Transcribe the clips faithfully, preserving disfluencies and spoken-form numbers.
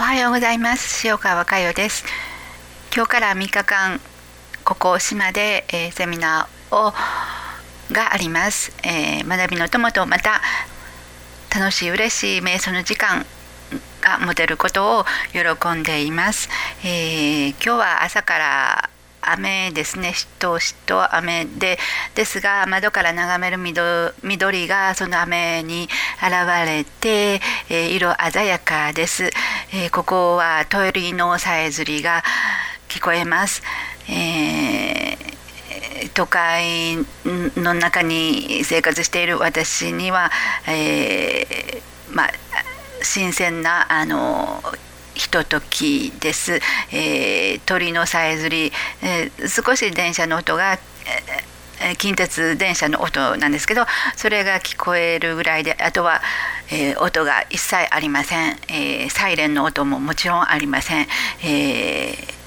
はようございます。塩川佳代です。今日からみっかかんここ島で、えー、セミナーをがあります。えー、学びの友とまた楽しい嬉しい瞑想の時間が持てることを喜んでいます。えー、今日は朝から雨ですね。しとしと雨でですが、窓から眺める 緑, 緑がその雨に現れて、えー、色鮮やかです。えー、ここは鳥のさえずりが聞こえます。えー都会の中に生活している私には、えーまあ、新鮮なあのひとときです。えー、鳥のさえずり、えー、少し電車の音が、えー、近鉄電車の音なんですけど、それが聞こえるぐらいで、あとは、えー、音が一切ありません。えー、サイレンの音ももちろんありません。えー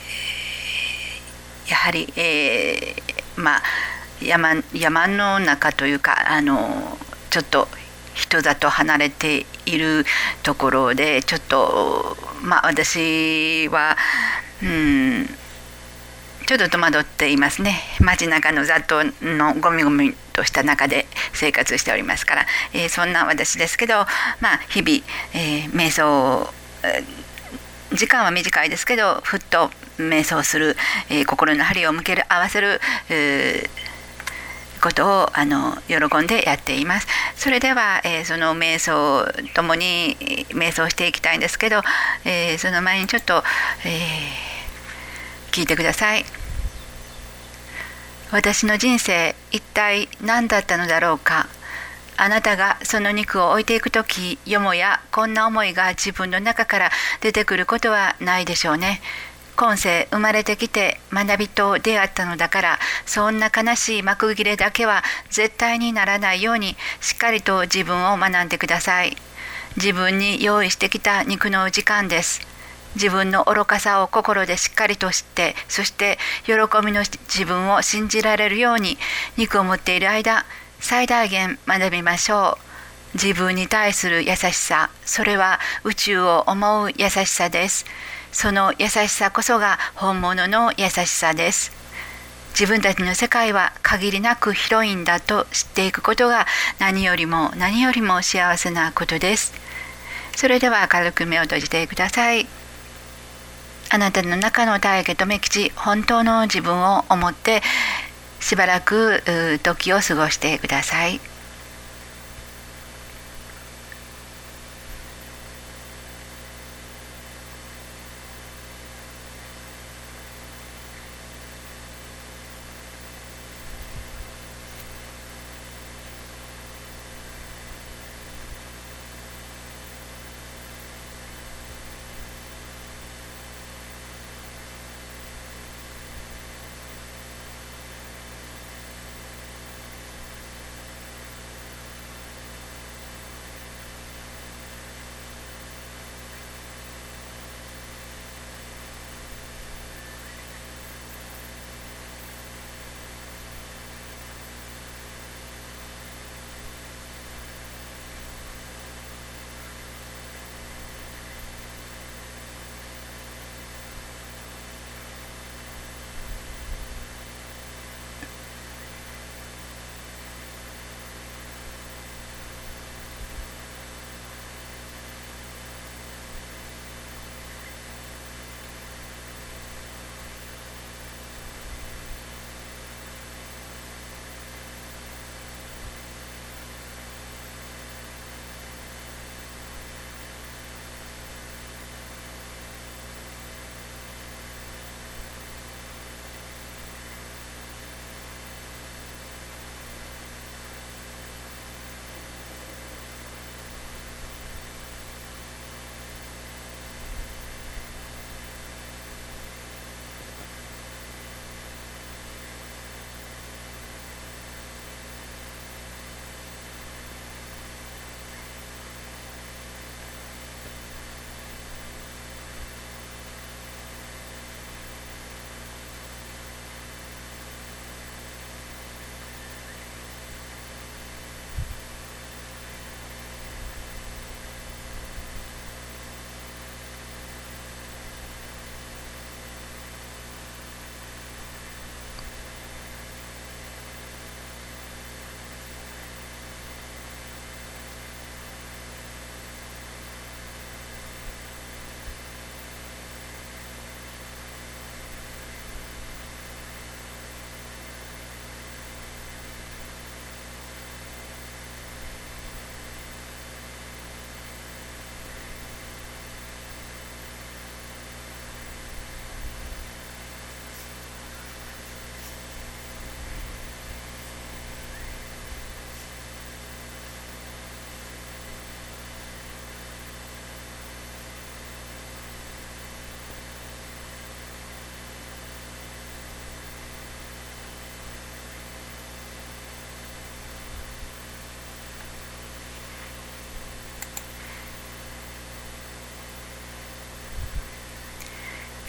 やはり、えーまあ、山, 山の中というかあのちょっと人里離れているところでちょっと、まあ、私は、うん、ちょっと戸惑っていますね。街中の雑踏のゴミゴミとした中で生活しておりますから、えー、そんな私ですけど、まあ、日々、えー、瞑想時間は短いですけどふっと瞑想する、えー、心の針を向ける合わせる、えー、ことをあの喜んでやっています。それでは、えー、その瞑想ともに瞑想していきたいんですけど、えー、その前にちょっと、えー、聞いてください。私の人生一体何だったのだろうか。あなたがその肉を置いていくとき、よもやこんな思いが自分の中から出てくることはないでしょうね。今世生まれてきて学びと出会ったのだから、そんな悲しい幕切れだけは絶対にならないようにしっかりと自分を学んでください。自分に用意してきた肉の時間です。自分の愚かさを心でしっかりと知って、そして喜びの自分を信じられるように肉を持っている間、最大限学びましょう。自分に対する優しさ、それは宇宙を思う優しさです。その優しさこそが本物の優しさです。自分たちの世界は限りなく広いんだと知っていくことが何よりも何よりも幸せなことです。それでは軽く目を閉じてください。あなたの中の大家と目吉、本当の自分を思ってしばらく時を過ごしてください。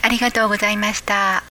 ありがとうございました。